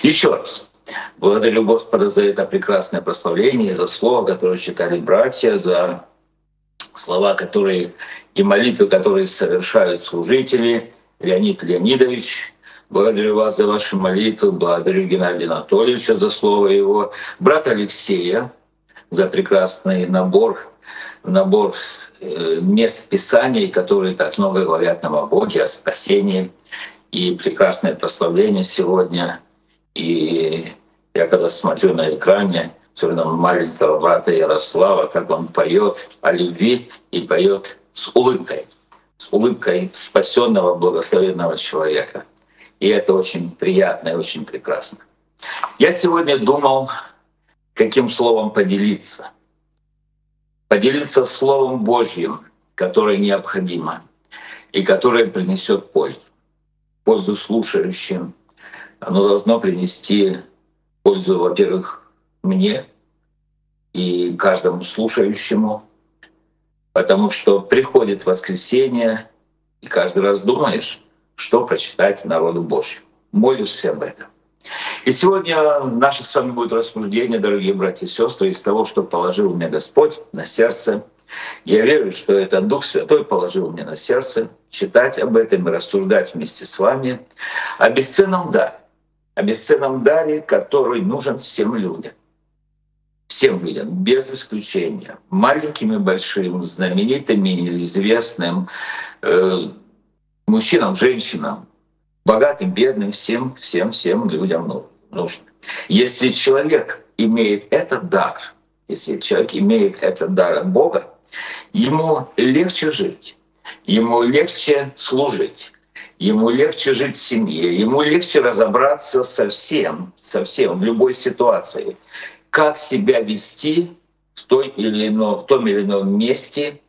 Еще раз благодарю Господа за это прекрасное прославление, за слово, которое читали братья, за слова, которые и молитвы, которые совершают служители. Леонид Леонидович, благодарю вас за ваши молитвы, благодарю Геннадия Анатольевича за слово его, брата Алексея за прекрасный набор мест Писаний, которые так много говорят нам о Боге, о спасении, и прекрасное прославление сегодня. И я когда смотрю на экране все равно маленького брата Ярослава, как он поет о любви и поет с улыбкой спасенного, благословенного человека. И это очень приятно и очень прекрасно. Я сегодня думал, каким словом поделиться. Поделиться Словом Божьим, которое необходимо и которое принесет пользу. Пользу слушающим. Оно должно принести пользу, во-первых, мне и каждому слушающему, потому что приходит воскресенье, и каждый раз думаешь, что прочитать народу Божьему. Молишься об этом. И сегодня наше с вами будет рассуждение, дорогие братья и сестры, из того, что положил мне Господь на сердце. Я верю, что это Дух Святой положил мне на сердце читать об этом и рассуждать вместе с вами о бесценном даре. О бесценном даре, который нужен всем людям. Всем людям, без исключения. Маленьким и большим, знаменитым и неизвестным, мужчинам, женщинам, богатым, бедным, всем людям нужно. Если человек имеет этот дар, от Бога, ему легче жить, ему легче служить, ему легче жить в семье, ему легче разобраться со всем, в любой ситуации, как себя вести в том или ином месте.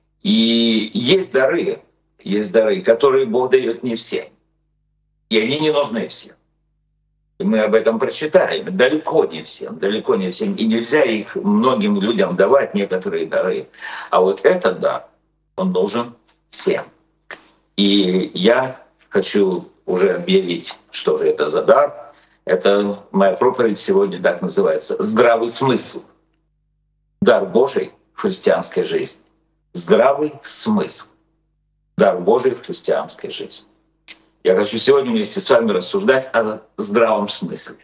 И есть дары, которые Бог дает не всем. И они не нужны всем. И мы об этом прочитаем. Далеко не всем. И нельзя их многим людям давать, некоторые дары. А вот этот дар, он нужен всем. И я хочу уже объявить, что же это за дар. Это моя проповедь сегодня так называется «Здравый смысл». Дар Божий в христианской жизни. Здравый смысл. Дар Божий в христианской жизни. Я хочу сегодня вместе с вами рассуждать о здравом смысле.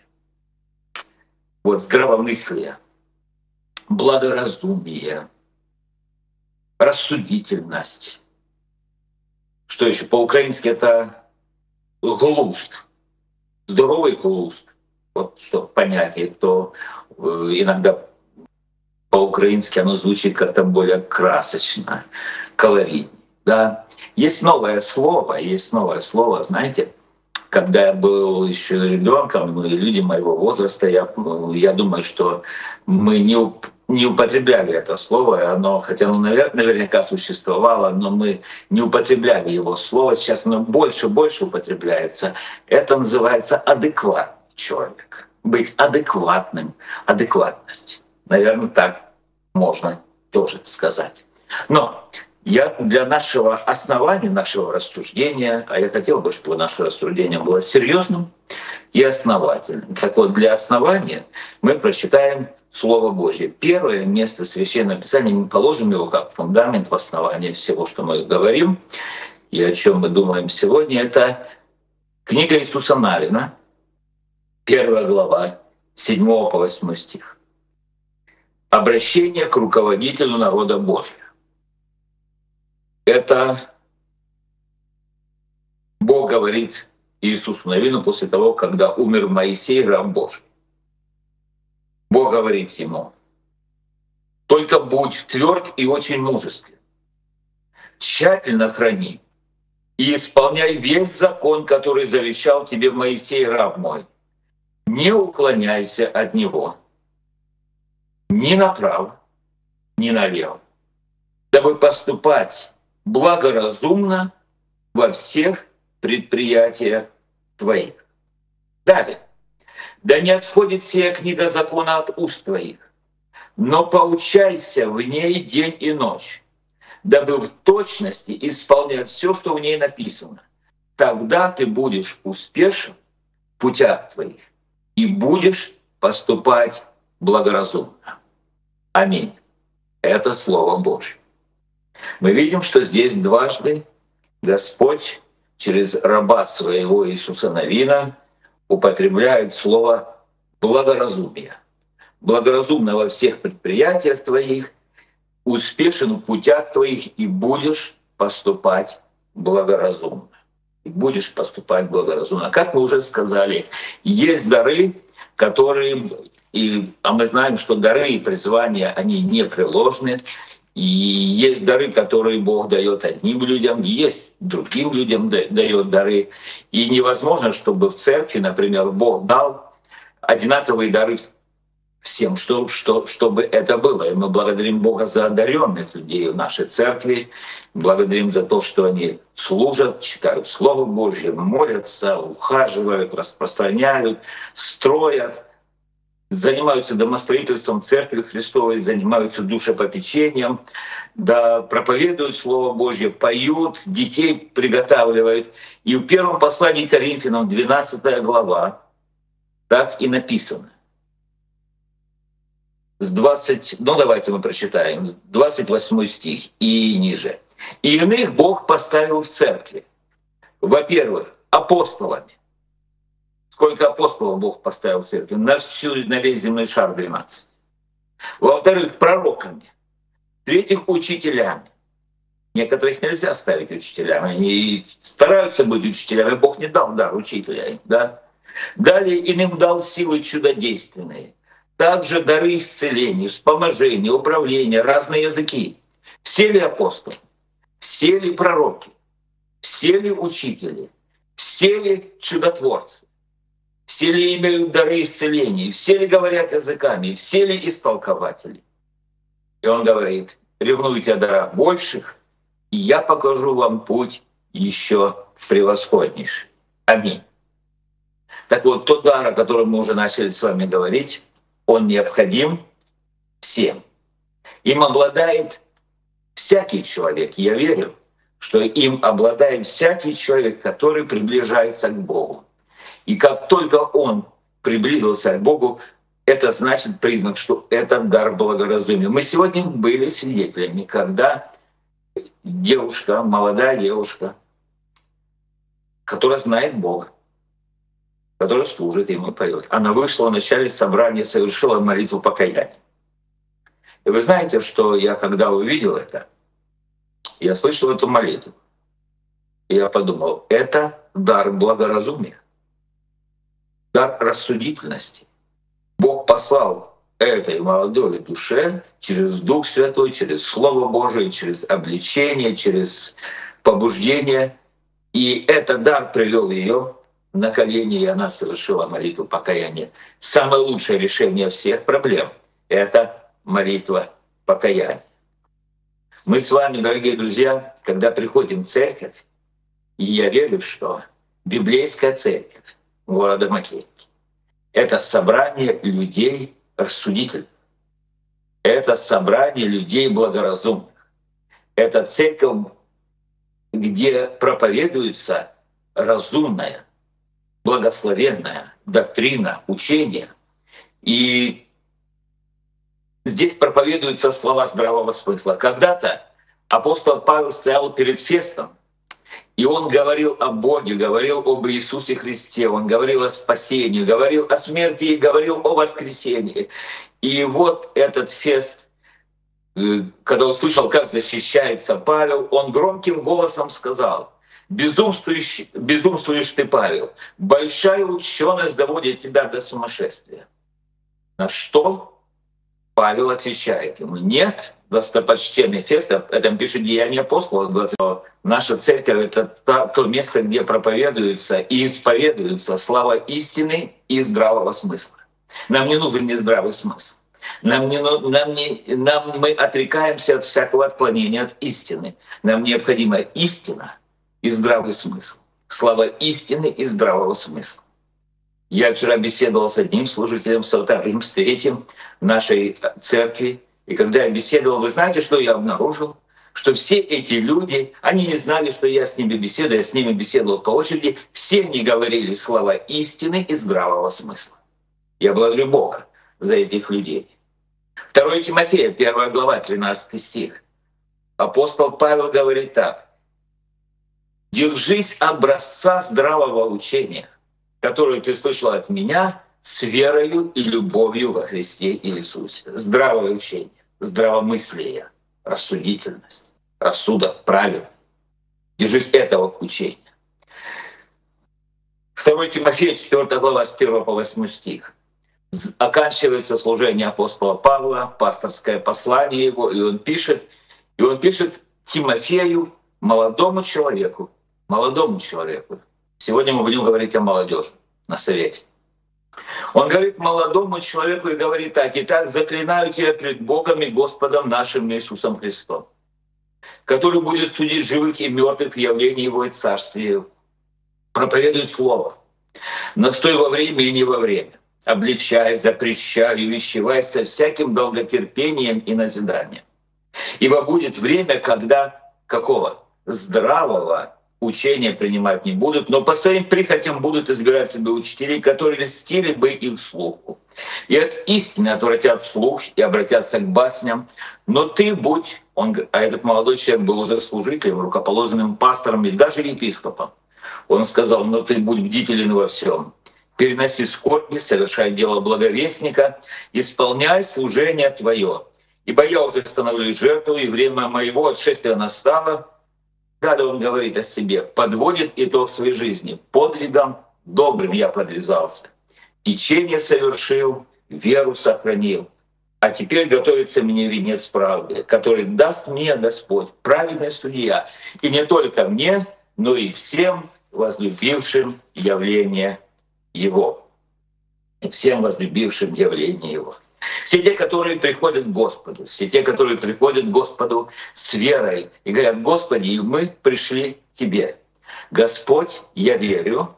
Вот здравомыслие, благоразумие, рассудительность. Что еще? По-украински это глуст. Здоровый глуст. Вот что понятие, то иногда по-украински оно звучит как-то более красочно, колоритнее. Да? Есть новое слово, знаете, когда я был еще ребенком, люди моего возраста, я думаю, что мы не употребляли это слово, хотя оно наверняка существовало, но мы не употребляли его слово, сейчас оно больше употребляется. Это называется адекватный человек. Быть адекватным, адекватность. Наверное, так можно тоже сказать. Но для нашего основания, нашего рассуждения, а я хотел бы, чтобы наше рассуждение было серьезным и основательным. Так вот, для основания мы прочитаем Слово Божье. Первое место Священного Писания, мы положим его как фундамент в основании всего, что мы говорим и о чем мы думаем сегодня. Это книга Иисуса Навина, 1 глава, 7 по 8 стих. Обращение к руководителю народа Божия. Это Бог говорит Иисусу Навину после того, когда умер Моисей, раб Божий. Бог говорит ему: «Только будь тверд и очень мужествен, тщательно храни и исполняй весь закон, который завещал тебе Моисей, раб мой. Не уклоняйся от него ни направо, ни налево, дабы поступать благоразумно во всех предприятиях твоих». Далее. «Да не отходит сия книга закона от уст твоих, но поучайся в ней день и ночь, дабы в точности исполнять все, что в ней написано. Тогда ты будешь успешен в путях твоих и будешь поступать благоразумно. Аминь. Это Слово Божье. Мы видим, что здесь дважды Господь через раба своего Иисуса Навина употребляет слово «благоразумие». Благоразумно во всех предприятиях твоих, успешен в путях твоих, и будешь поступать благоразумно. И будешь поступать благоразумно. Как мы уже сказали, есть дары, которые, а мы знаем, что дары и призвания, они непреложны. И есть дары, которые Бог дает одним людям, есть другим людям дает дары. И невозможно, чтобы в церкви, например, Бог дал одинаковые дары всем, чтобы это было. И мы благодарим Бога за одаренных людей в нашей церкви, благодарим за то, что они служат, читают Слово Божье, молятся, ухаживают, распространяют, строят, занимаются домостроительством Церкви Христовой, занимаются душепопечением, да, проповедуют Слово Божье, поют, детей приготавливают. И в первом послании к Коринфянам, 12 глава, так и написано. Давайте мы прочитаем, 28 стих и ниже. «И иных Бог поставил в церкви, во-первых, апостолами». Сколько апостолов Бог поставил в церкви? На весь земной шар 12. Во-вторых, пророками. В-третьих, учителями. Некоторых нельзя ставить учителями. Они стараются быть учителями. Бог не дал дар учителя. Да? Далее иным дал силы чудодейственные. Также дары исцеления, вспоможения, управления, разные языки. Все ли апостолы? Все ли пророки? Все ли учители? Все ли чудотворцы? Все ли имеют дары исцеления? Все ли говорят языками? Все ли истолкователи? И он говорит: ревнуйте о дарах больших, и я покажу вам путь еще превосходнейший. Аминь. Так вот, тот дар, о котором мы уже начали с вами говорить, он необходим всем. Им обладает всякий человек. Я верю, что им обладает всякий человек, который приближается к Богу. И как только он приблизился к Богу, это значит признак, что это дар благоразумия. Мы сегодня были свидетелями, когда девушка, молодая девушка, которая знает Бога, которая служит ему и поет, она вышла в начале собрания, совершила молитву покаяния. И вы знаете, что я когда увидел это, я слышал эту молитву, и я подумал, это дар благоразумия, дар рассудительности. Бог послал этой молодой душе через Дух Святой, через Слово Божие, через обличение, через побуждение. И этот дар привел ее на колени, и она совершила молитву покаяния. Самое лучшее решение всех проблем — это молитва покаяния. Мы с вами, дорогие друзья, когда приходим в церковь, и я верю, что библейская церковь города Макеевки — это собрание людей рассудительных, это собрание людей благоразумных, это церковь, где проповедуется разумная, благословенная доктрина, учение. И здесь проповедуются слова здравого смысла. Когда-то апостол Павел стоял перед Фестом, и он говорил о Боге, говорил об Иисусе Христе, он говорил о спасении, говорил о смерти и говорил о воскресении. И вот этот Фест, когда услышал, как защищается Павел, он громким голосом сказал: «Безумствуешь ты, Павел, большая ученость доводит тебя до сумасшествия». На что Павел отвечает ему: «Нет, достопочтенный Фест», это пишет Деяния апостолов, говорит, что наша церковь — это то место, где проповедуются и исповедуются слова истины и здравого смысла. Нам не нужен нездравый смысл. Мы отрекаемся от всякого отклонения от истины. Нам необходима истина и здравый смысл. Слова истины и здравого смысла. Я вчера беседовал с одним служителем, со вторым, с третьим в нашей церкви. И когда я беседовал, вы знаете, что я обнаружил? Что все эти люди, они не знали, что я с ними беседую, я с ними беседовал по очереди. Все они говорили слова истины и здравого смысла. Я благодарю Бога за этих людей. 2 Тимофея, 1 глава, 13 стих. Апостол Павел говорит так: «Держись образца здравого учения, которое ты слышал от меня, с верою и любовью во Христе Иисусе». Здравое учение, здравомыслие, рассудительность, рассудок, правильно. Держись этого учения. 2 Тимофея, 4 глава, с 1 по 8 стих. Оканчивается служение апостола Павла, пасторское послание его, и он пишет Тимофею, молодому человеку. Сегодня мы будем говорить о молодежи на совете. Он говорит молодому человеку и говорит так: «Итак, заклинаю тебя пред Богом и Господом нашим Иисусом Христом, который будет судить живых и мертвых в явлении Его и Царстве Его. Проповедуй Слово, настой во время и не во время, обличай, запрещай, увещевай со всяким долготерпением и назиданием. Ибо будет время, когда какого? Здравого учения принимать не будут, но по своим прихотям будут избирать себе учителей, которые льстили бы их слуху. И от истины отвратят слух и обратятся к басням. Но ты будь, а этот молодой человек был уже служителем, рукоположенным пастором и даже епископом. Он сказал: «Но ты будь бдителен во всем, переноси скорби, совершай дело благовестника, исполняй служение твое. Ибо я уже становлюсь жертвой, и время моего отшествия настало». Далее он говорит о себе, подводит итог своей жизни. «Подвигом добрым я подвязался, течение совершил, веру сохранил. А теперь готовится мне венец правды, который даст мне Господь, праведный судья, и не только мне, но и всем возлюбившим явление Его». И всем возлюбившим явление Его. Все те, которые приходят к Господу, все те, которые приходят к Господу с верой и говорят: «Господи, мы пришли к Тебе. Господь, я верю»,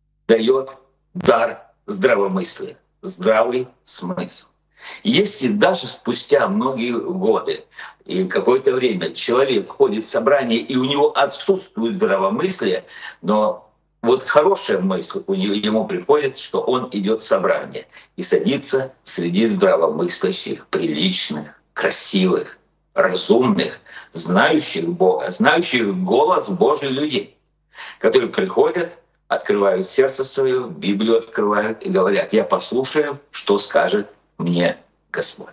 дает дар здравомыслия, здравый смысл. Если даже спустя многие годы и какое-то время человек ходит в собрание, и у него отсутствует здравомыслие, но вот хорошая мысль ему приходит, что он идет в собрание и садится среди здравомыслящих, приличных, красивых, разумных, знающих Бога, знающих голос Божий людей, которые приходят, открывают сердце свое, Библию открывают и говорят: «Я послушаю, что скажет мне Господь».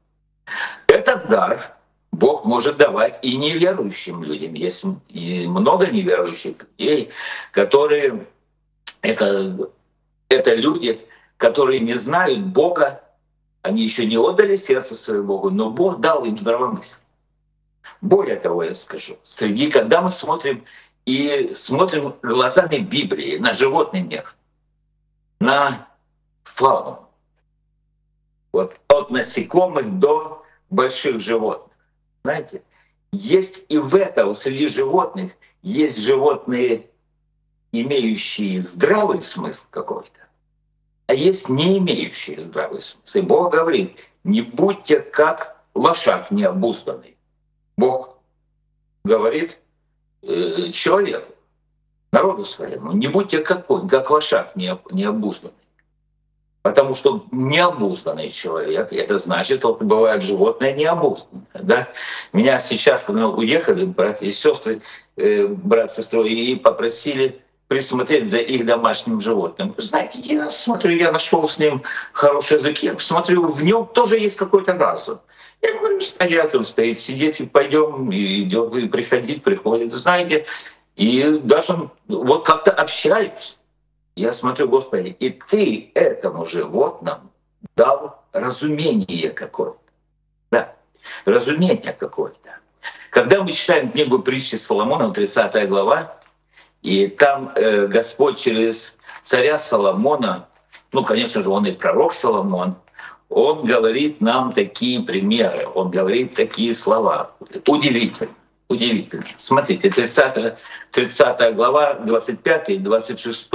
Этот дар Бог может давать и неверующим людям. Есть и много неверующих людей, которые это люди, которые не знают Бога, они еще не отдали сердце свое Богу, но Бог дал им здравомыслие. Более того, я скажу, когда мы смотрим глазами Библии на животный мир, на фауну, вот от насекомых до больших животных, знаете, есть и в этом, среди животных, есть животные, имеющие здравый смысл какой-то, а есть не имеющие здравый смысл. И Бог говорит: «Не будьте как лошадь необузданный». Бог говорит человеку, народу своему: «Не будьте как лошадь необузданный». Потому что необузданный человек, это значит, вот бывает животное необузданное. Да? Меня сейчас, когда уехали братья и сестры, брат с сестрой, и попросили присмотреть за их домашним животным. Знаете, я смотрю, я нашел с ним хороший язык, я посмотрю, в нем тоже есть какой-то разум. Я говорю: стоять, он стоит, сидеть, и пойдем, и идет, и приходит, знаете, и даже вот как-то общаются. Я смотрю: Господи, и Ты этому животному дал разумение какое-то. Да, разумение какое-то. Когда мы читаем книгу притчи Соломона, 30 глава, и там Господь через царя Соломона, ну, конечно же, он и пророк Соломон, он говорит нам такие примеры, он говорит такие слова. Удивительно. Удивительно. Смотрите, 30 глава, 25, 26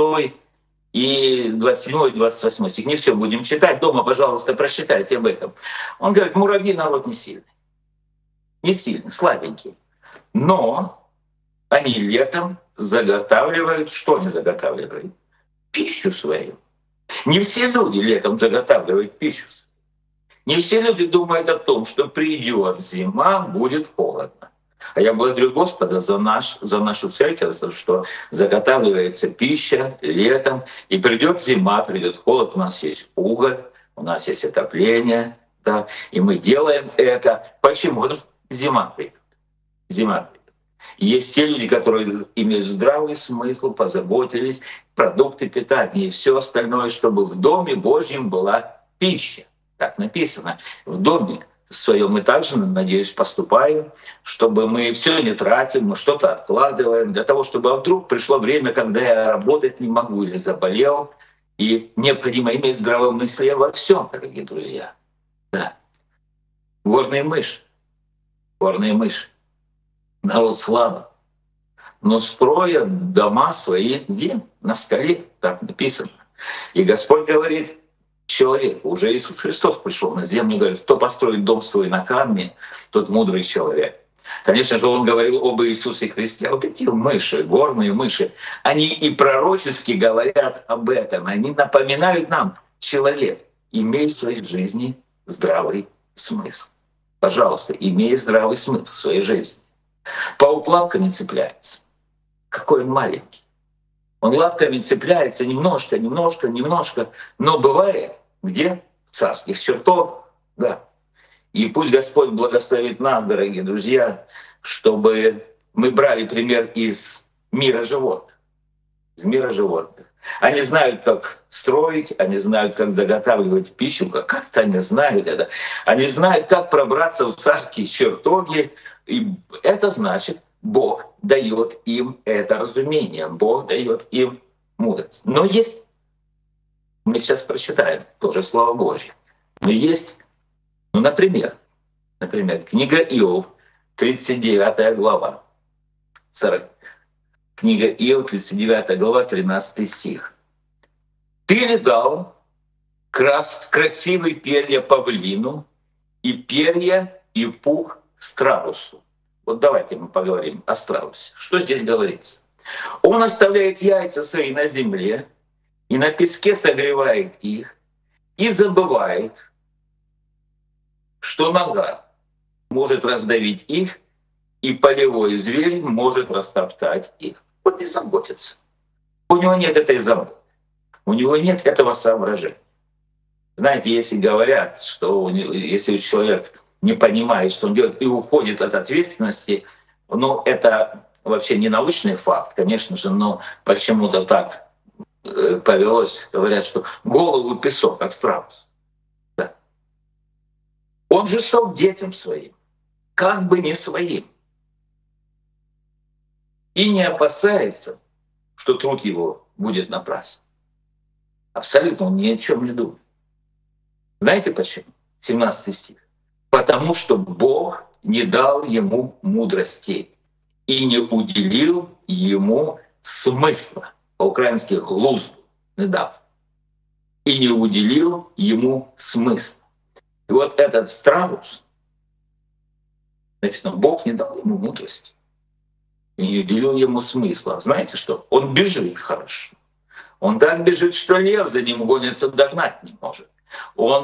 и 27 и 28 стих. Не все будем читать. Дома, пожалуйста, прочитайте об этом. Он говорит: муравьи народ не сильный. Не сильный, слабенький. Но они летом заготавливают, что они заготавливают? Пищу свою. Не все люди летом заготавливают пищу. Не все люди думают о том, что придет зима, будет холодно. А я благодарю Господа за нашу церковь, за то, что заготавливается пища летом, и придет зима, придет холод, у нас есть уголь, у нас есть отопление, да, и мы делаем это. Почему? Потому что зима придет. Зима придет. Есть те люди, которые имеют здравый смысл, позаботились, продукты питания и все остальное, чтобы в Доме Божьем была пища. Так написано. В доме своем мы также, надеюсь, поступаем, чтобы мы все не тратим, мы что-то откладываем, для того, чтобы вдруг пришло время, когда я работать не могу или заболел, и необходимо иметь здравомыслие во всем, дорогие друзья. Да. Горные мыши. Народ слабый. Но строят дома свои где? На скале, так написано. И Господь говорит человеку, уже Иисус Христос пришел на землю и говорит, кто построит дом свой на камне, тот мудрый человек. Конечно же, он говорил об Иисусе Христе. А вот эти мыши, горные мыши, они и пророчески говорят об этом. Они напоминают нам, человек, имей в своей жизни здравый смысл. Пожалуйста, имей здравый смысл в своей жизни. Паук лапками цепляется. Какой он маленький. Он лапками цепляется немножко, но бывает где? В царских чертогах. Да. И пусть Господь благословит нас, дорогие друзья, чтобы мы брали пример из мира животных. Из мира животных. Они знают, как строить, они знают, как заготавливать пищу, как-то они знают это. Они знают, как пробраться в царские чертоги. И это значит, Бог дает им это разумение, Бог дает им мудрость. Но есть, мы сейчас прочитаем тоже Слово Божье, но есть, например, книга Иов, 39 глава, книга Иов, 39 глава, 13 стих. «Ты ли дал красивые перья павлину, и перья и пух страусу?» Вот давайте мы поговорим о страусе. Что здесь говорится? Он оставляет яйца свои на земле, и на песке согревает их, и забывает, что нога может раздавить их, и полевой зверь может растоптать их. Вот не заботится. У него нет этой заботы. У него нет этого соображения. Знаете, если говорят, что если человек не понимает, что он делает, и уходит от ответственности, ну, это вообще не научный факт, конечно же, но почему-то так повелось. Говорят, что голову песок, как страус. Да. Он жесток детям своим, как бы не своим. И не опасается, что труд его будет напрасно. Абсолютно он ни о чем не думает. Знаете почему? 17 стих. «Потому что Бог не дал ему мудрости и не уделил ему смысла». По-украински «глузду» не дав. И не уделил ему смысла. И вот этот страус, написано, Бог не дал ему мудрости и не уделил ему смысла. Знаете что? Он бежит хорошо. Он так бежит, что лев за ним гонится, догнать не может. Он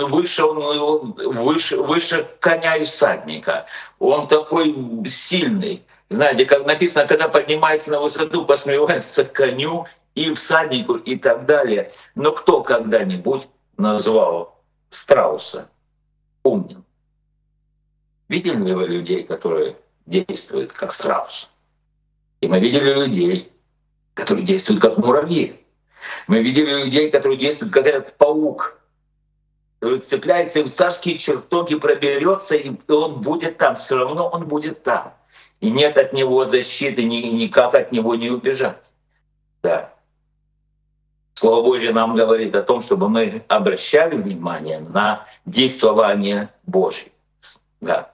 выше коня и всадника. Он такой сильный. Знаете, как написано, когда поднимается на высоту, посмеивается коню и всаднику и так далее. Но кто когда-нибудь назвал страуса умным? Видели ли вы людей, которые действуют как страус? И мы видели людей, которые действуют как муравьи. Мы видели людей, которые действуют как этот паук, который цепляется и в царские чертоги проберется, и он будет там, все равно он будет там. И нет от него защиты, никак от него не убежать. Да. Слово Божье нам говорит о том, чтобы мы обращали внимание на действование Божье. Да.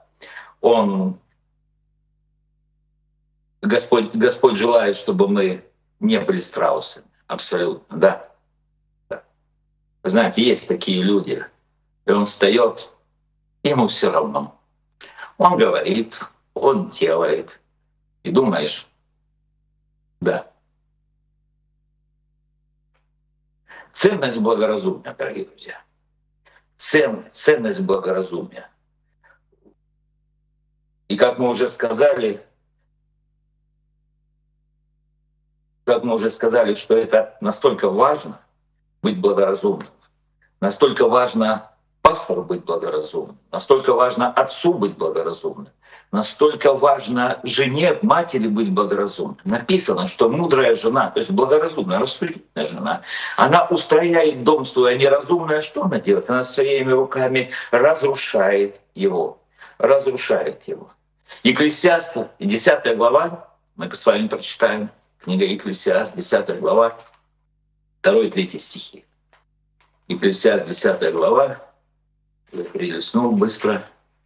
Господь желает, чтобы мы не были страусами. Абсолютно, да. Вы знаете, есть такие люди, и он встает, ему все равно. Он говорит, он делает. И думаешь, да. Ценность благоразумия, дорогие друзья. Ценность благоразумия. И как мы уже сказали, что это настолько важно быть благоразумным, настолько важно пастору быть благоразумным, настолько важно отцу быть благоразумным, настолько важно жене, матери быть благоразумной. Написано, что мудрая жена, то есть благоразумная, рассудительная жена, она устрояет дом свой, а неразумная что она делает? Она своими руками разрушает его. Разрушает его. Екклесиаст, 10 глава, мы с вами прочитаем, книга Екклесиаст, 10 глава, 2-3 стихи. Екклесиаст, 10 глава, я перелистнул быстро.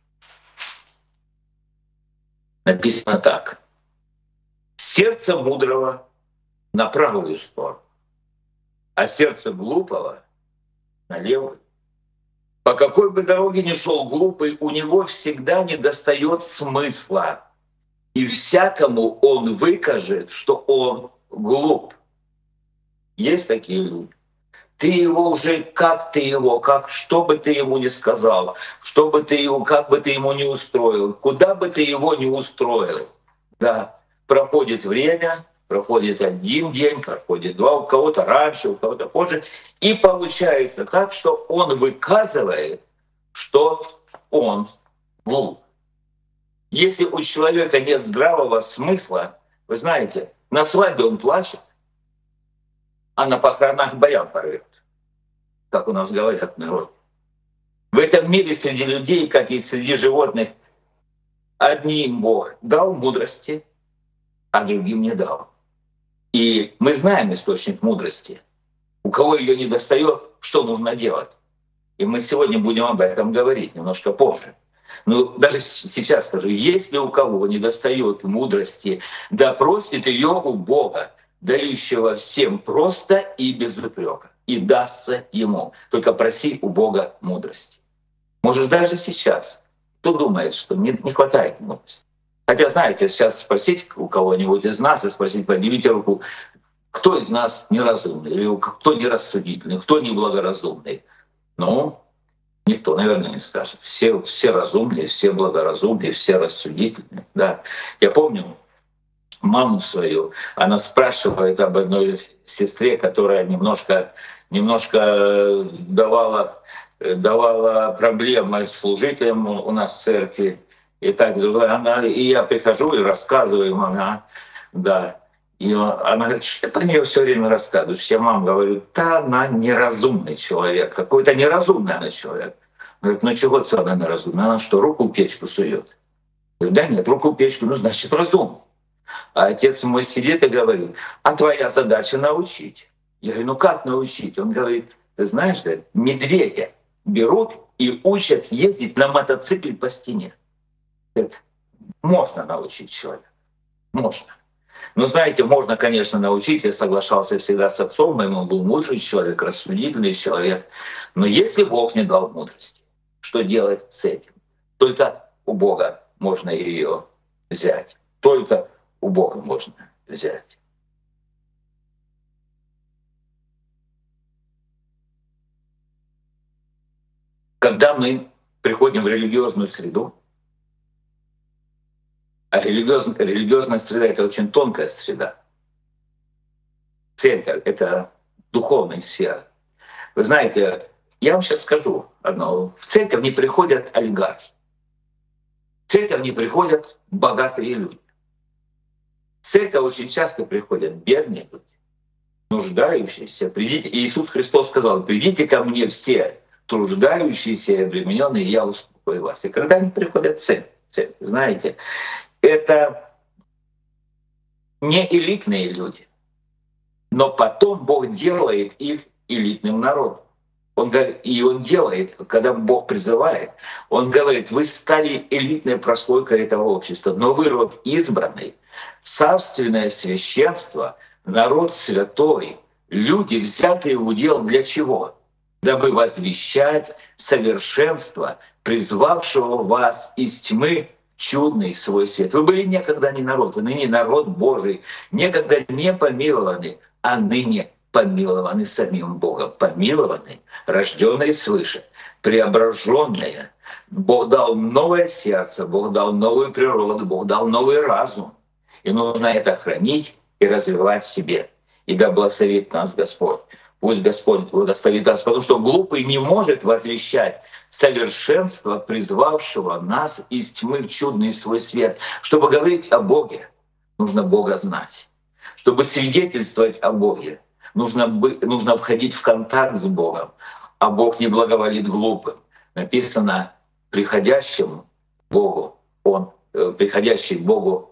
Написано так. «Сердце мудрого на правую сторону, а сердце глупого на левую. По какой бы дороге ни шел глупый, у него всегда недостает смысла, и всякому он выкажет, что он глуп». Есть такие люди. Ты его уже, что бы ты ему ни сказал, как бы ты ему ни устроил, куда бы ты его ни устроил, да, проходит время, проходит 1 день, проходит 2, у кого-то раньше, у кого-то позже, и получается так, что он выказывает, что он глуп. Если у человека нет здравого смысла, вы знаете, на свадьбе он плачет, а на похоронах баян порвет, как у нас говорят в народе. В этом мире среди людей, как и среди животных, одним Бог дал мудрости, а другим не дал. И мы знаем источник мудрости. У кого ее не достает, что нужно делать. И мы сегодня будем об этом говорить немножко позже. Но даже сейчас скажу, если у кого не достает мудрости, да просит ее у Бога, дающего всем просто и без упрека, и дастся ему. Только проси у Бога мудрости. Может, даже сейчас кто думает, что не хватает мудрости. Хотя, знаете, сейчас спросить у кого-нибудь из нас, и спросить, поднимите руку, кто из нас неразумный, или кто нерассудительный, кто неблагоразумный. Ну, никто, наверное, не скажет. Все разумные, все благоразумные, все рассудительные. Да. Я помню маму свою, она спрашивает об одной сестре, которая немножко давала проблемы служителям у нас в церкви. И так и я прихожу и рассказываю им, да. И она говорит, что ты про нее все время рассказываешь. Я маме говорю, да, она неразумный человек, какой-то неразумный она человек. Говорит, ну чего это она неразумная? Она что, руку в печку сует? Да нет, руку в печку, ну значит разумный. А отец мой сидит и говорит, а твоя задача научить. Я говорю, ну как научить? Он говорит, ты знаешь, говорит, медведя берут и учат ездить на мотоцикле по стене. Говорит, можно научить человека, можно. Но знаете, можно, конечно, научить, я соглашался всегда с отцом, ему был мудрый человек, рассудительный человек. Но если Бог не дал мудрости, что делать с этим? Только у Бога можно ее взять. Только у Бога можно взять. Когда мы приходим в религиозную среду, а религиозная среда — это очень тонкая среда. Церковь — это духовная сфера. Вы знаете, я вам сейчас скажу одно. В церковь не приходят олигархи. В церковь не приходят богатые люди. В церковь очень часто приходят бедные люди, нуждающиеся. Придите, Иисус Христос сказал, придите ко мне все труждающиеся и обремененные, я успокою вас. И когда они приходят в церковь, знаете, это не элитные люди, но потом Бог делает их элитным народом. Он говорит, и Он делает, когда Бог призывает, Он говорит, вы стали элитной прослойкой этого общества, но вы род избранный, царственное священство, народ святой, люди, взятые в удел для чего? Дабы возвещать совершенство, призвавшего вас из тьмы чудный свой свет. Вы были некогда не народ, а ныне народ Божий, некогда не помилованы, а ныне помилованы самим Богом, помилованы, рожденные свыше, преображенные. Бог дал новое сердце, Бог дал новую природу, Бог дал новый разум. И нужно это хранить и развивать в себе. И да благословит нас Господь. Пусть Господь благословит нас, потому что глупый не может возвещать совершенство, призвавшего нас из тьмы в чудный свой свет. Чтобы говорить о Боге, нужно Бога знать. Чтобы свидетельствовать о Боге, нужно входить в контакт с Богом. А Бог не благоволит глупым. Написано, приходящему Богу, приходящий к Богу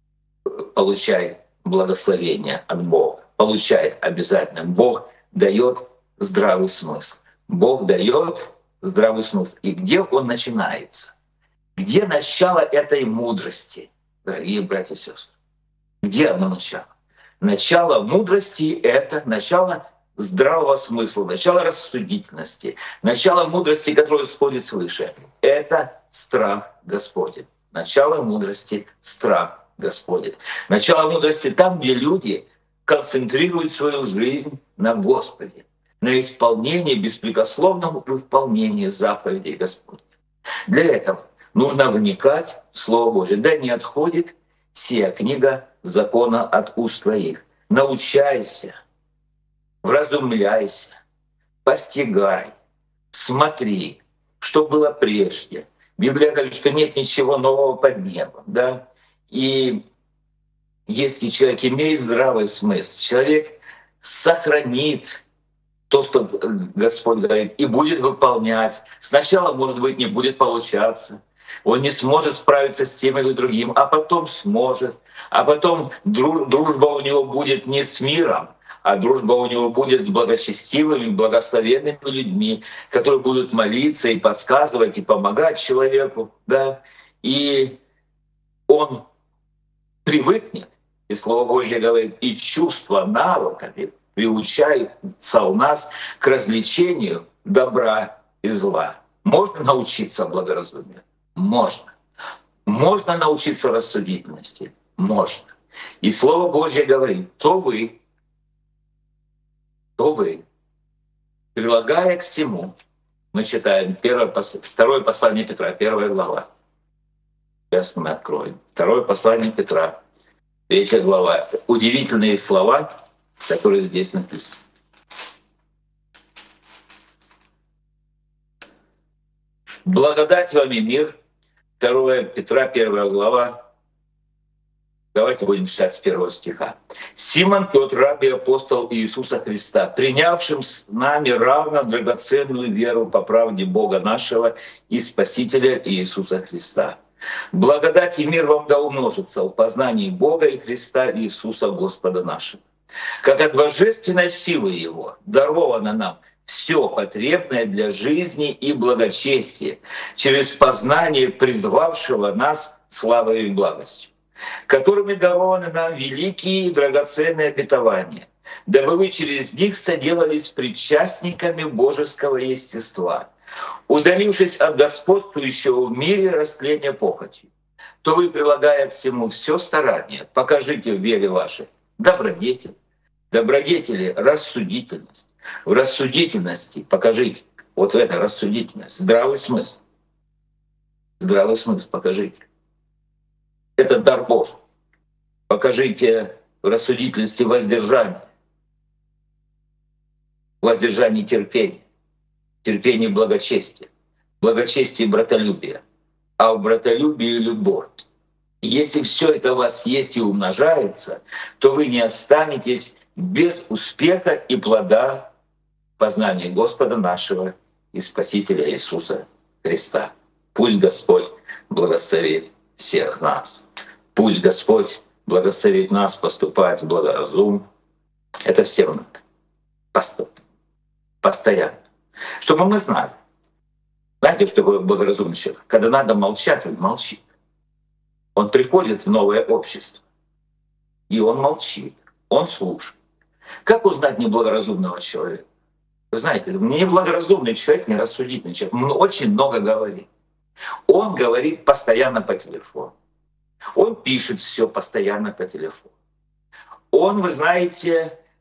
получает благословение от Бога. Получает обязательно. Бог дает здравый смысл. Бог дает здравый смысл. И где он начинается? Где начало этой мудрости, дорогие братья и сестры? Где оно начало? Начало мудрости — это начало здравого смысла, начало рассудительности, начало мудрости, которая исходит свыше. Это страх Господень. Начало мудрости — страх Господень. Начало мудрости там, где люди концентрируют свою жизнь на Господе, на исполнении, беспрекословном выполнении заповедей Господня. Для этого нужно вникать в Слово Божие. Да не отходит сия книга закона от уст твоих. Научайся, вразумляйся, постигай, смотри, что было прежде. Библия говорит, что нет ничего нового под небом. Да? И если человек имеет здравый смысл, человек сохранит то, что Господь говорит, и будет выполнять. Сначала, может быть, не будет получаться. Он не сможет справиться с тем или другим, а потом сможет. А потом дружба у него будет не с миром, а дружба у него будет с благочестивыми, благословенными людьми, которые будут молиться и подсказывать, и помогать человеку. Да? И он привыкнет, и Слово Божье говорит, и чувства навыками приучаются у нас к развлечению добра и зла. Можно научиться благоразумию? Можно. Можно научиться рассудительности? Можно. И Слово Божье говорит, то вы, прилагая к всему, мы читаем второе послание Петра, 1 глава. Сейчас мы откроем. Второе послание Петра, 3 глава. Удивительные слова, которые здесь написаны. Благодать вам и мир. 2 Петра, 1 глава. Давайте будем читать с 1 стиха. «Симон Петр, раб и апостол Иисуса Христа, принявшим с нами равно драгоценную веру по правде Бога нашего и Спасителя Иисуса Христа. Благодать и мир вам да умножится в познании Бога и Христа Иисуса Господа нашего. Как от божественной силы Его даровано нам все потребное для жизни и благочестия через познание призвавшего нас славой и благостью, которыми дарованы нам великие и драгоценные обетования, дабы вы через них соделались причастниками божеского естества, удалившись от господствующего в мире растления похотью, то вы, прилагая к всему все старание, покажите в вере вашей добродетель, добродетели рассудительность, в рассудительности покажите, вот это рассудительность, здравый смысл покажите. Это дар Божий. Покажите в рассудительности воздержание терпение, терпение благочестие, благочестие братолюбие, а в братолюбии любовь. И если все это у вас есть и умножается, то вы не останетесь без успеха и плода познания Господа нашего и Спасителя Иисуса Христа. Пусть Господь благословит всех нас. Пусть Господь благословит нас поступать благоразумно. Это всем надо. Постоянно. Чтобы мы знали. Знаете, что такое благоразумный человек? Когда надо молчать, он молчит. Он приходит в новое общество. И он молчит. Он слушает. Как узнать неблагоразумного человека? Вы знаете, неблагоразумный человек, нерассудительный человек, он очень много говорит. Он говорит постоянно по телефону. Он пишет все постоянно по телефону. Он, вы знаете,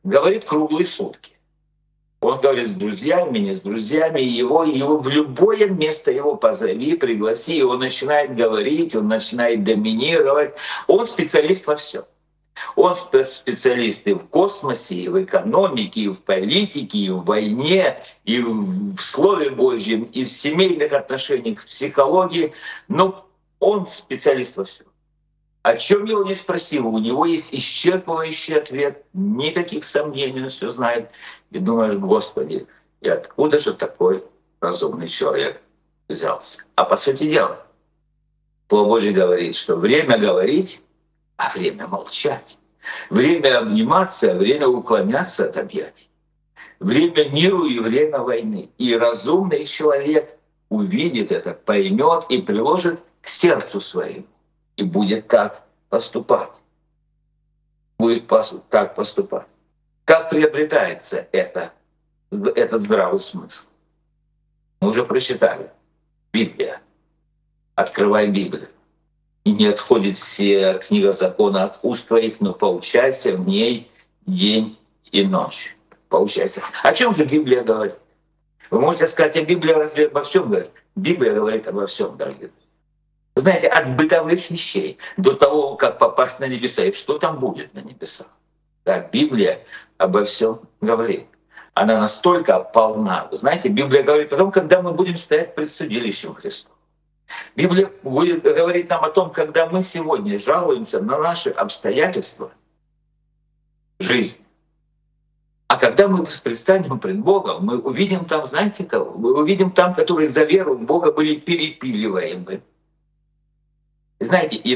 говорит круглые сутки. Он говорит с друзьями, не с друзьями, его в любое место его позови, пригласи, и он начинает говорить, он начинает доминировать. Он специалист во всем. Он специалист и в космосе, и в экономике, и в политике, и в войне, и в Слове Божьем, и в семейных отношениях, в психологии. Но он специалист во всем. О чем его не спросил, у него есть исчерпывающий ответ, никаких сомнений, он все знает. И думаешь, Господи, и откуда же такой разумный человек взялся? А по сути дела, Слово Божье говорит, что время говорить, а время молчать. Время обниматься, а время уклоняться от объятий. Время миру и время войны. И разумный человек увидит это, поймет и приложит к сердцу своему. И будет так поступать. Будет так поступать. Как приобретается этот здравый смысл? Мы уже прочитали. Библия. Открывай Библию. И не отходит все книга закона от уст твоих, но поучайся в ней день и ночь. Поучайся. О чем же Библия говорит? Вы можете сказать, а Библия разве обо всем говорит? Библия говорит обо всем, дорогие. Вы знаете, от бытовых вещей до того, как попасть на небеса, и что там будет на небесах. Да, Библия обо всем говорит. Она настолько полна. Вы знаете, Библия говорит о том, когда мы будем стоять пред судилищем Христом. Библия будет говорить нам о том, когда мы сегодня жалуемся на наши обстоятельства жизни. А когда мы предстанем пред Богом, мы увидим там, знаете кого? Мы увидим там, которые за веру в Бога были перепиливаемы. И знаете, и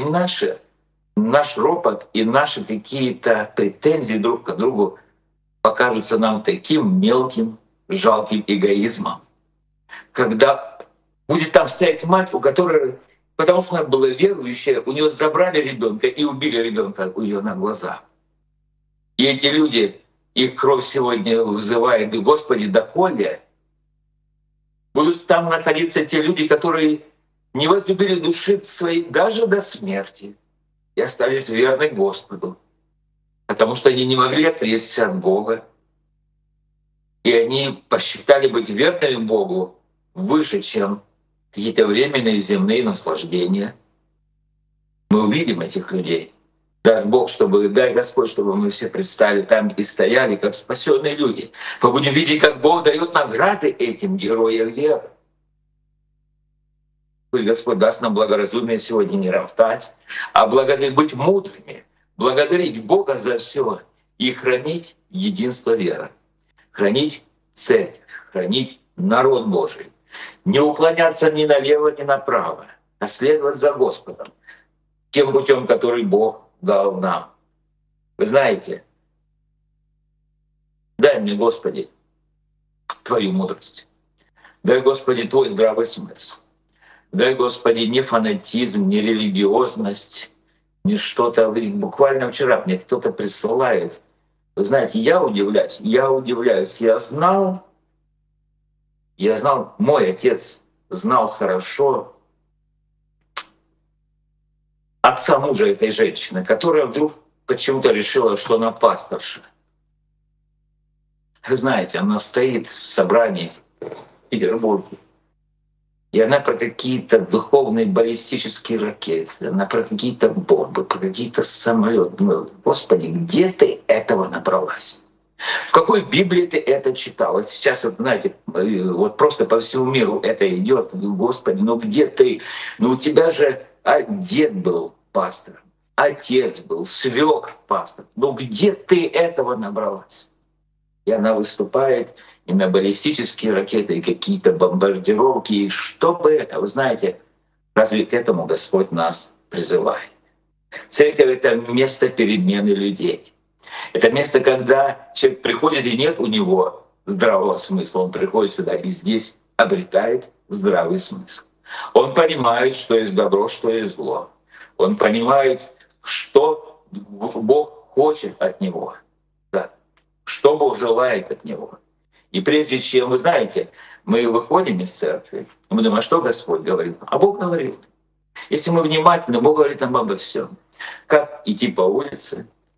наш ропот, и наши какие-то претензии друг к другу покажутся нам таким мелким, жалким эгоизмом. Когда будет там стоять мать, у которой, потому что она была верующая, у нее забрали ребенка и убили ребенка у нее на глазах. И эти люди, их кровь сегодня вызывает, и Господи, доколе будут там находиться те люди, которые не возлюбили души своей даже до смерти и остались верны Господу, потому что они не могли отречься от Бога. И они посчитали быть верными Богу выше, чем какие-то временные земные наслаждения. Мы увидим этих людей. Даст Бог, дай Господь, чтобы мы все предстали там и стояли, как спасенные люди. Мы будем видеть, как Бог дает награды этим героям веры. Пусть Господь даст нам благоразумие сегодня не роптать, а быть мудрыми, благодарить Бога за все и хранить единство веры, хранить церковь, хранить народ Божий, не уклоняться ни налево, ни направо, а следовать за Господом, тем путем, который Бог дал нам. Вы знаете, дай мне, Господи, Твою мудрость, дай, Господи, Твой здравый смысл. Дай, Господи, не фанатизм, не религиозность, не что-то. Буквально вчера мне кто-то присылает. Вы знаете, я удивляюсь. Я знал, мой отец знал хорошо отца мужа этой женщины, которая вдруг почему-то решила, что она пасторша. Вы знаете, она стоит в собрании в Петербурге, и она про какие-то духовные баллистические ракеты, она про какие-то бомбы, про какие-то самолеты. Ну, Господи, где ты этого набралась? В какой Библии ты это читала? Сейчас, вот, знаете, вот просто по всему миру это идет. Господи, ну где ты? Ну у тебя же дед был пастором, отец был, свекр пастор. Ну где ты этого набралась? И она выступает и на баллистические ракеты, и какие-то бомбардировки, и что бы это, вы знаете, разве к этому Господь нас призывает? Церковь — это место перемены людей. Это место, когда человек приходит, и нет у него здравого смысла. Он приходит сюда и здесь обретает здравый смысл. Он понимает, что есть добро, что есть зло. Он понимает, что Бог хочет от него, да, что Бог желает от него. И прежде чем, вы знаете, мы выходим из церкви, мы думаем, а что Господь говорит? А Бог говорит. Если мы внимательны, Бог говорит нам обо всем. Как идти по улице,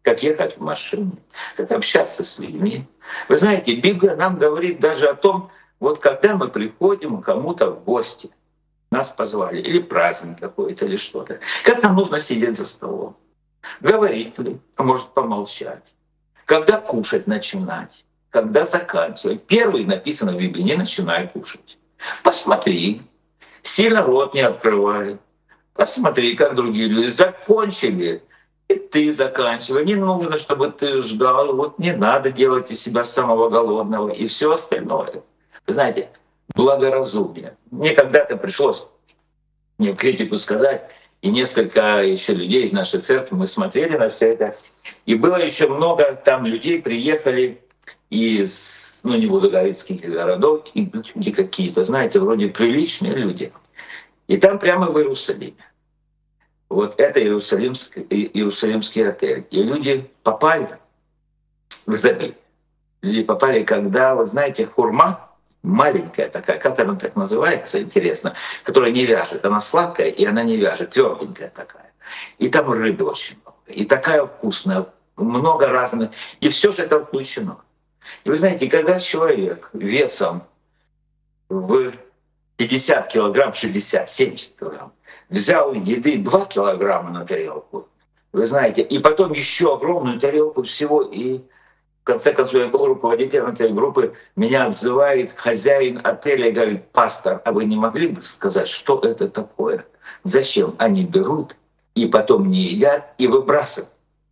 как ехать в машине, как общаться с людьми. Вы знаете, Библия нам говорит даже о том, вот когда мы приходим к кому-то в гости, нас позвали, или праздник какой-то, или что-то, как нам нужно сидеть за столом, говорить ли, а может помолчать, когда кушать начинать, когда заканчивать. Первый написано в Библии: не начинай кушать. Посмотри, сильно рот не открывай. Посмотри, как другие люди закончили, и ты заканчивай. Не нужно, чтобы ты ждал, вот не надо делать из себя самого голодного и все остальное. Вы знаете, благоразумие. Мне когда-то пришлось мне критику сказать, и несколько еще людей из нашей церкви, мы смотрели на все это, и было еще много там людей, приехали из, ну не буду говорить, с каких городов, и люди какие-то, знаете, вроде приличные люди. И там прямо в Иерусалиме. Вот это Иерусалимский отель. И люди попали в изобилие. Люди попали, когда, вы знаете, хурма маленькая такая, как она так называется, интересно, которая не вяжет. Она сладкая, и она не вяжет, тверденькая такая. И там рыбы очень много. И такая вкусная, много разных. И все же это включено. И вы знаете, когда человек весом в 50 килограмм, 60, 70 килограмм, взял еды 2 килограмма на тарелку, вы знаете, и потом еще огромную тарелку всего, и в конце концов я был руководителем этой группы, меня отзывает хозяин отеля и говорит: пастор, а вы не могли бы сказать, что это такое? Зачем они берут и потом не едят и выбрасывают?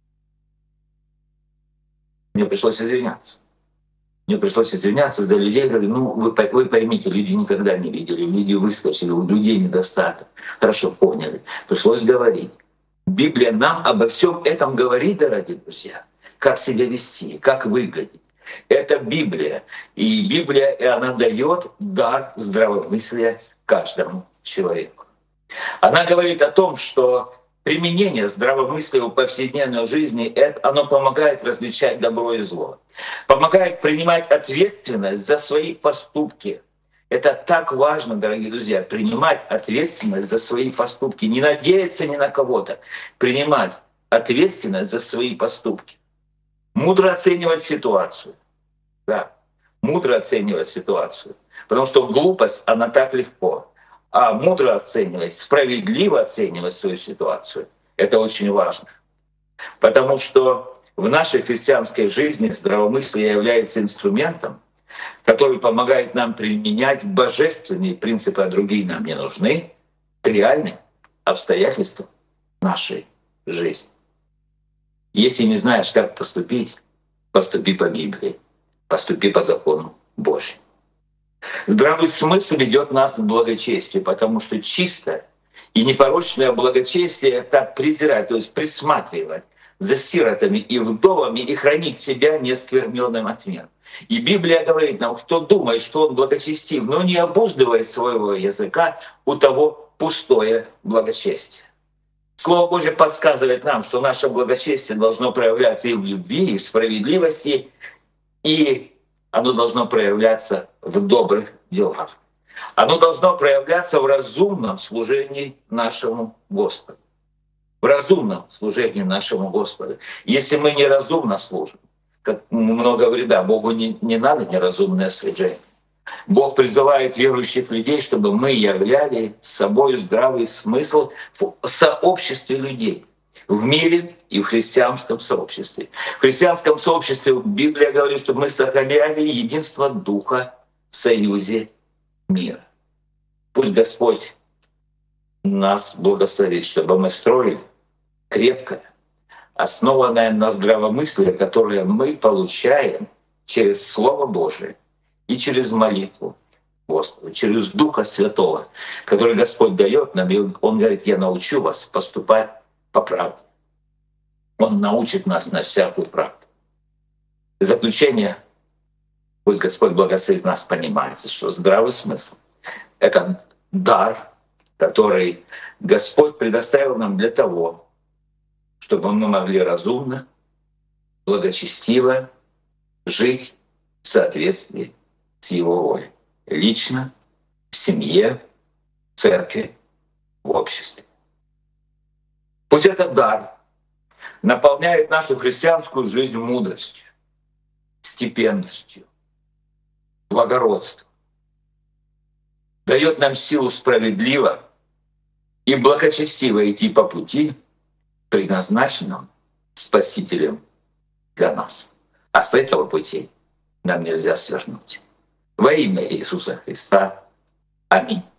Мне пришлось извиняться. Мне пришлось извиняться за людей, говорю: ну вы поймите, люди никогда не видели, люди выскочили, у людей недостаток. Хорошо, поняли. Пришлось говорить. Библия нам обо всем этом говорит, дорогие друзья. Как себя вести, как выглядеть. Это Библия. И Библия, и она дает дар здравомыслия каждому человеку. Она говорит о том, что применение здравомыслия в повседневной жизни, оно помогает различать добро и зло, помогает принимать ответственность за свои поступки. Это так важно, дорогие друзья, принимать ответственность за свои поступки, не надеяться ни на кого-то, принимать ответственность за свои поступки. Мудро оценивать ситуацию. Да, мудро оценивать ситуацию. Потому что глупость, она так легко. А мудро оценивать, справедливо оценивать свою ситуацию — это очень важно. Потому что в нашей христианской жизни здравомыслие является инструментом, который помогает нам применять божественные принципы, а другие нам не нужны, к реальным обстоятельствам нашей жизни. Если не знаешь, как поступить, поступи по Библии, поступи по закону Божьему. Здравый смысл ведет нас к благочестию, потому что чистое и непорочное благочестие — это презирать, то есть присматривать за сиротами и вдовами и хранить себя неоскверненным от мира. И Библия говорит нам: кто думает, что он благочестив, но не обуздывает своего языка, у того пустое благочестие. Слово Божье подсказывает нам, что наше благочестие должно проявляться и в любви, и в справедливости, и оно должно проявляться в добрых делах. Оно должно проявляться в разумном служении нашему Господу. В разумном служении нашему Господу. Если мы неразумно служим, как много вреда, Богу не надо неразумное служение. Бог призывает верующих людей, чтобы мы являли собой здравый смысл в сообществе людей. В мире и в христианском сообществе. В христианском сообществе Библия говорит, чтобы мы сохраняли единство Духа в союзе мира. Пусть Господь нас благословит, чтобы мы строили крепкое, основанное на здравомыслии, которое мы получаем через Слово Божие и через молитву Господу, через Духа Святого, который Господь дает нам. И Он говорит: я научу вас поступать по правде. Он научит нас на всякую правду. В заключение, пусть Господь благословит нас понимать, что здравый смысл — это дар, который Господь предоставил нам для того, чтобы мы могли разумно, благочестиво жить в соответствии с Его волей. Лично, в семье, в церкви, в обществе. Пусть этот дар наполняет нашу христианскую жизнь мудростью, степенностью, благородством, дает нам силу справедливо и благочестиво идти по пути, предназначенном Спасителем для нас. А с этого пути нам нельзя свернуть. Во имя Иисуса Христа. Аминь.